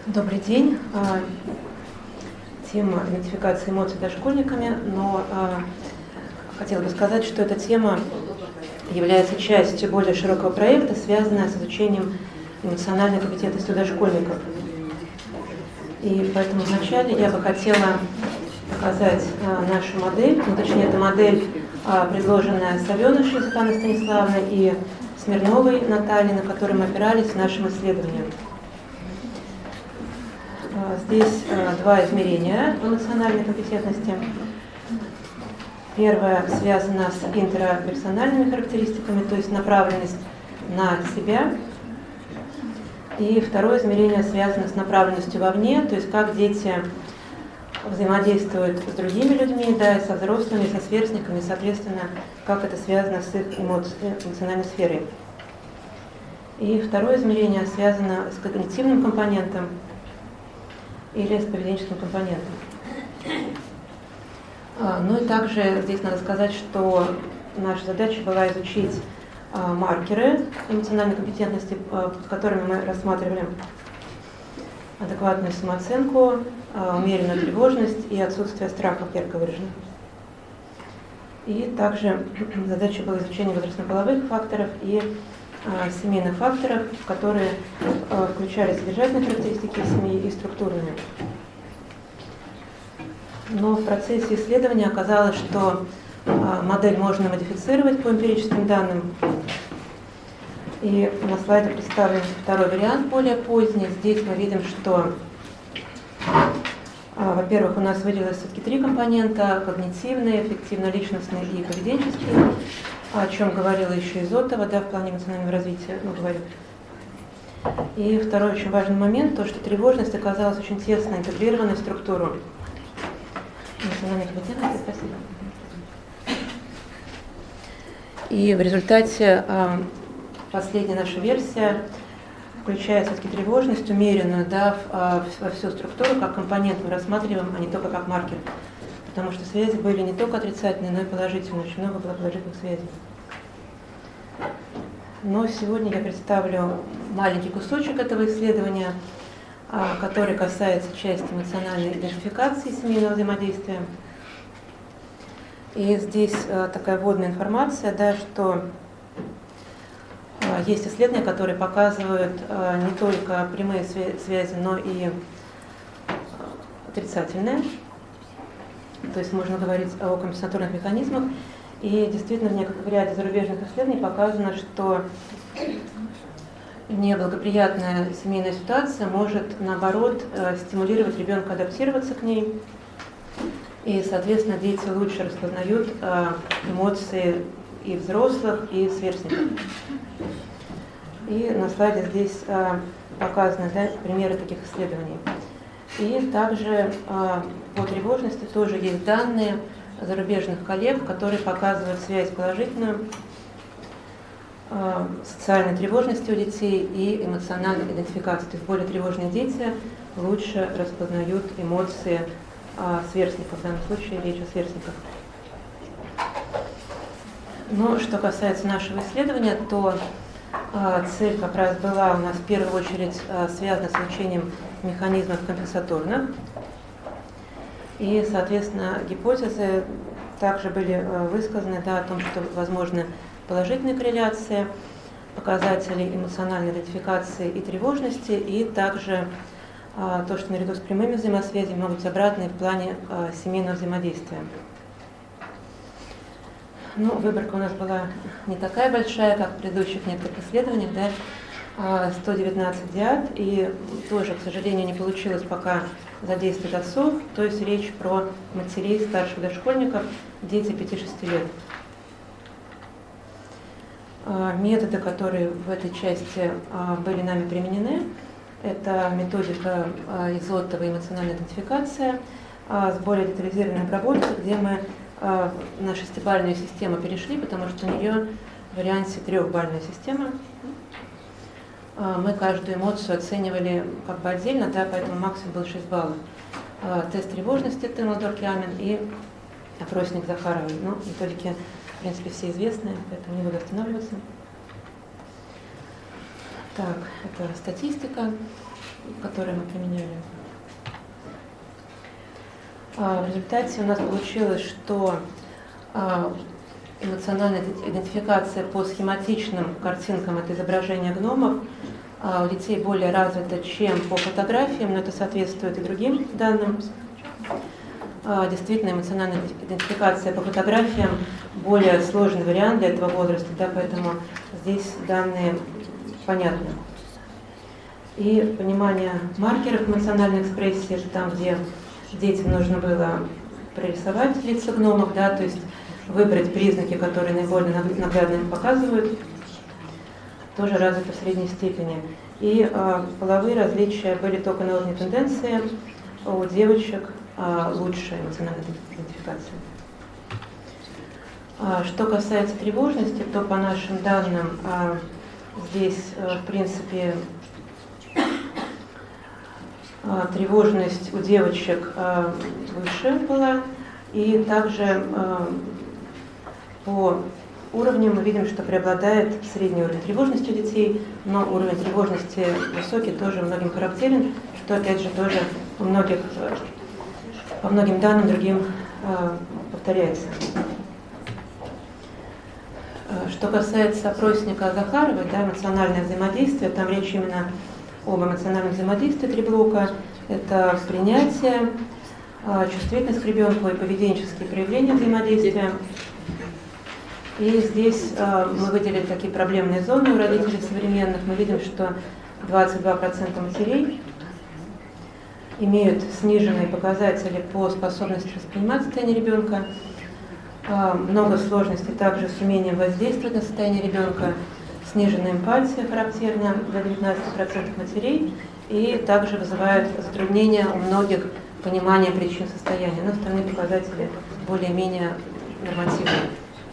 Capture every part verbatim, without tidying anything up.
Добрый день. Тема идентификации эмоций дошкольниками, но хотела бы сказать, что эта тема является частью более широкого проекта, связанного с изучением эмоциональной компетентности дошкольников. И поэтому вначале я бы хотела показать нашу модель, ну, точнее, это модель, предложенная Савенышей Светланой Станиславной и Смирновой Натальей, на которой мы опирались в нашем исследовании. Здесь два измерения эмоциональной компетентности. Первое связано с интерперсональными характеристиками, то есть направленность на себя. И второе измерение связано с направленностью вовне, то есть как дети взаимодействуют с другими людьми, да, и со взрослыми, со сверстниками, соответственно, как это связано с их эмоциональной сферой. И второе измерение связано с когнитивным компонентом или с поведенческим компонентом. Ну и также здесь надо сказать, что наша задача была изучить маркеры эмоциональной компетентности, с которыми мы рассматривали адекватную самооценку, умеренную тревожность и отсутствие страхов ярко выраженных. И также задача была изучение возрастно-половых факторов и семейных факторов, которые включали содержательные характеристики семьи и структурные. Но в процессе исследования оказалось, что модель можно модифицировать по эмпирическим данным. И на слайде представлен второй вариант, более поздний. Здесь мы видим, что, во-первых, у нас выделилось все-таки три компонента: когнитивный, эффективно-личностный и поведенческий, о чем говорила еще Изотова, да, в плане эмоционального развития, ну, говорю. И второй очень важный момент, то, что тревожность оказалась очень тесно интегрированной в структуру эмоциональной компетентности. Спасибо. И в результате последняя наша версия включает все-таки тревожность умеренную, да, во всю структуру, как компонент мы рассматриваем, а не только как маркер. Потому что связи были не только отрицательные, но и положительные. Очень много было положительных связей. Но сегодня я представлю маленький кусочек этого исследования, который касается части эмоциональной идентификации семейного взаимодействия. И здесь такая вводная информация, да, что есть исследования, которые показывают не только прямые связи, но и отрицательные. То есть можно говорить о компенсаторных механизмах. И действительно в некоторых ряде зарубежных исследований показано, что неблагоприятная семейная ситуация может, наоборот, стимулировать ребенка адаптироваться к ней. И, соответственно, дети лучше распознают эмоции и взрослых, и сверстников. И на слайде здесь показаны, да, примеры таких исследований. И также по тревожности тоже есть данные зарубежных коллег, которые показывают связь положительную социальной тревожности у детей и эмоциональной идентификации. То есть более тревожные дети лучше распознают эмоции сверстников. В данном случае речь о сверстниках. Но что касается нашего исследования, то цель как раз была у нас в первую очередь связана с изучением механизмов компенсаторных. И, соответственно, гипотезы также были высказаны, да, о том, что возможны положительные корреляции показателей эмоциональной идентификации и тревожности, и также а, то, что наряду с прямыми взаимосвязями могут быть обратные в плане а, семейного взаимодействия. Ну, выборка у нас была не такая большая, как в предыдущих некоторых исследованиях, да, сто девятнадцать диад, и тоже, к сожалению, не получилось пока задействовать отцов, то есть речь про матерей старших дошкольников, дети пяти-шести лет. Методы, которые в этой части были нами применены, это методика Изотовой эмоциональная идентификация с более детализированной обработкой, где мы на шестибалльную систему перешли, потому что у нее в варианте трехбалльная система. Мы каждую эмоцию оценивали как бы отдельно, да, поэтому максимум был шесть баллов. Тест тревожности Темелдор-Киамин и опросник Захаровой. Ну, методики, в принципе, все известные, поэтому не буду останавливаться. Так, это статистика. которые мы применяли. В результате у нас получилось, что эмоциональная идентификация по схематичным картинкам, это изображение гномов, у детей более развита, чем по фотографиям, но это соответствует и другим данным. Действительно, эмоциональная идентификация по фотографиям более сложный вариант для этого возраста, да, поэтому здесь данные понятны. И понимание маркеров эмоциональной экспрессии, там, где детям нужно было прорисовать лица гномов, да, то есть выбрать признаки, которые наиболее наглядно им показывают, тоже развито в средней степени. И э, половые различия были только на уровне тенденции, у девочек э, лучшая эмоциональная идентификация. А, что касается тревожности, то по нашим данным э, здесь, э, в принципе, э, тревожность у девочек э, выше была, и также э, по уровнем мы видим, что преобладает средний уровень тревожности у детей, но уровень тревожности высокий тоже многим характерен, что опять же тоже у многих, по многим данным другим повторяется. Что касается опросника Захаровой, да, эмоциональное взаимодействие, там речь именно об эмоциональном взаимодействии, три блока. Это принятие, чувствительность к ребенку и поведенческие проявления взаимодействия. И здесь э, мы выделили такие проблемные зоны у родителей современных. Мы видим, что двадцать два процента матерей имеют сниженные показатели по способности воспринимать состояние ребенка. Э, много сложностей также с умением воздействовать на состояние ребенка. Сниженная эмпатия характерна для девятнадцати процентов матерей и также вызывает затруднения у многих понимания причин состояния. Но остальные показатели более-менее нормативные.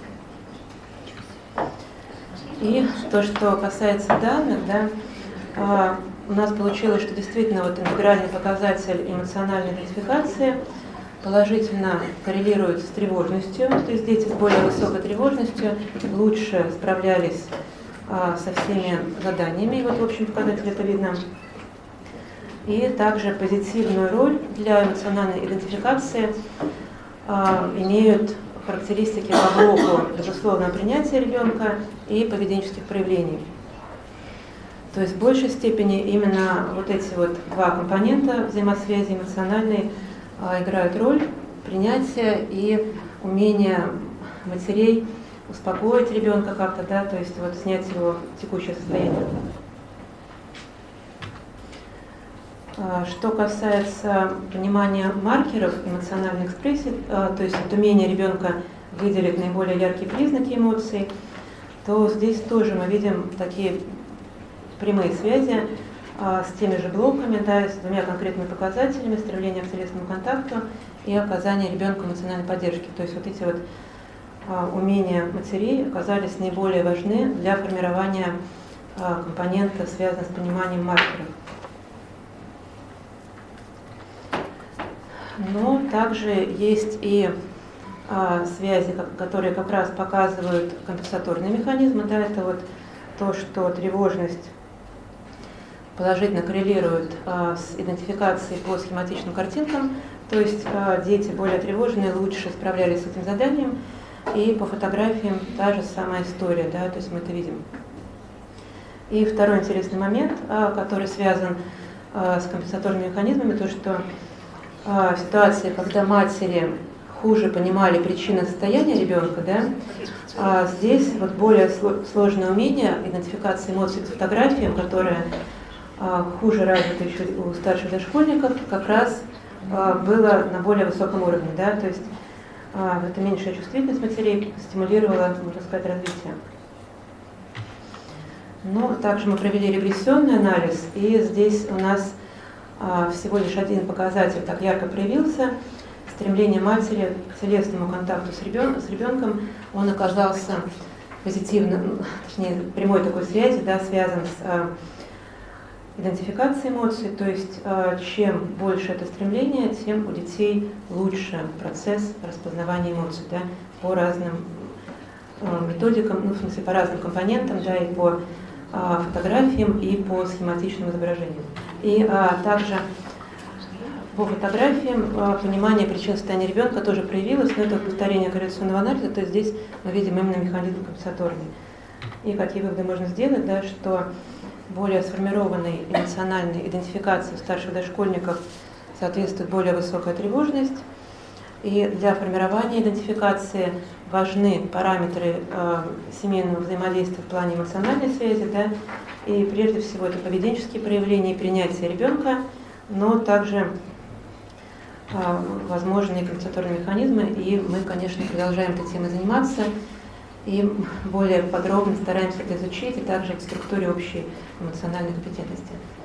И то, что касается данных, да, у нас получилось, что действительно вот интегральный показатель эмоциональной идентификации положительно коррелирует с тревожностью, то есть дети с более высокой тревожностью лучше справлялись а, со всеми заданиями, и вот в общем показателе это видно. И также позитивную роль для эмоциональной идентификации а, имеют характеристики по блоку безусловного принятия ребенка и поведенческих проявлений. То есть в большей степени именно вот эти вот два компонента взаимосвязи эмоциональной а, играют роль: принятие и умение матерей успокоить ребенка как-то, да, то есть вот снять его текущее состояние. А, что касается понимания маркеров эмоциональной экспрессии, а, то есть вот умение ребенка выделить наиболее яркие признаки эмоций, то здесь тоже мы видим такие прямые связи а, с теми же блоками, да, с двумя конкретными показателями: стремление к телесному контакту и оказание ребенку эмоциональной поддержки. То есть вот эти вот а, умения матерей оказались наиболее важны для формирования а, компонента, связанного с пониманием маркеров. Но также есть и а, связи, как, которые как раз показывают компенсаторные механизмы. Да, это вот то, что тревожность положительно коррелирует а, с идентификацией по схематичным картинкам, то есть а, дети более тревожные лучше справлялись с этим заданием, и по фотографиям та же самая история, да, то есть мы это видим. И второй интересный момент, а, который связан а, с компенсаторными механизмами, то что в ситуации, когда матери хуже понимали причины состояния ребенка, да, а здесь вот более сложное умение идентификации эмоций по фотографиям, которое а, хуже развито еще у старших дошкольников, как раз а, было на более высоком уровне, да, то есть а, эта меньшая чувствительность матерей стимулировала, можно сказать, развитие. Но также мы провели регрессионный анализ, и здесь у нас всего лишь один показатель так ярко проявился: стремление матери к телесному контакту с, ребен, с ребенком. Он оказался позитивным, точнее, прямой такой связи, да, связан с а, идентификацией эмоций. То есть а, чем больше это стремление, тем у детей лучше процесс распознавания эмоций, да, по разным а, методикам, ну, в смысле, по разным компонентам, да, и по а, фотографиям, и по схематичным изображениям. И а, также по фотографиям а, понимание причин состояния ребенка тоже проявилось, но это повторение корреляционного анализа, то есть здесь мы видим именно механизм компенсаторный. И какие выводы можно сделать, да, что более сформированной эмоциональной идентификации у старших дошкольников соответствует более высокая тревожность. И для формирования идентификации важны параметры э, семейного взаимодействия в плане эмоциональной связи, да, и прежде всего это поведенческие проявления и принятие ребенка, но также э, возможные компенсаторные механизмы, и мы, конечно, продолжаем этой темой заниматься и более подробно стараемся это изучить, и также в структуре общей эмоциональной компетентности.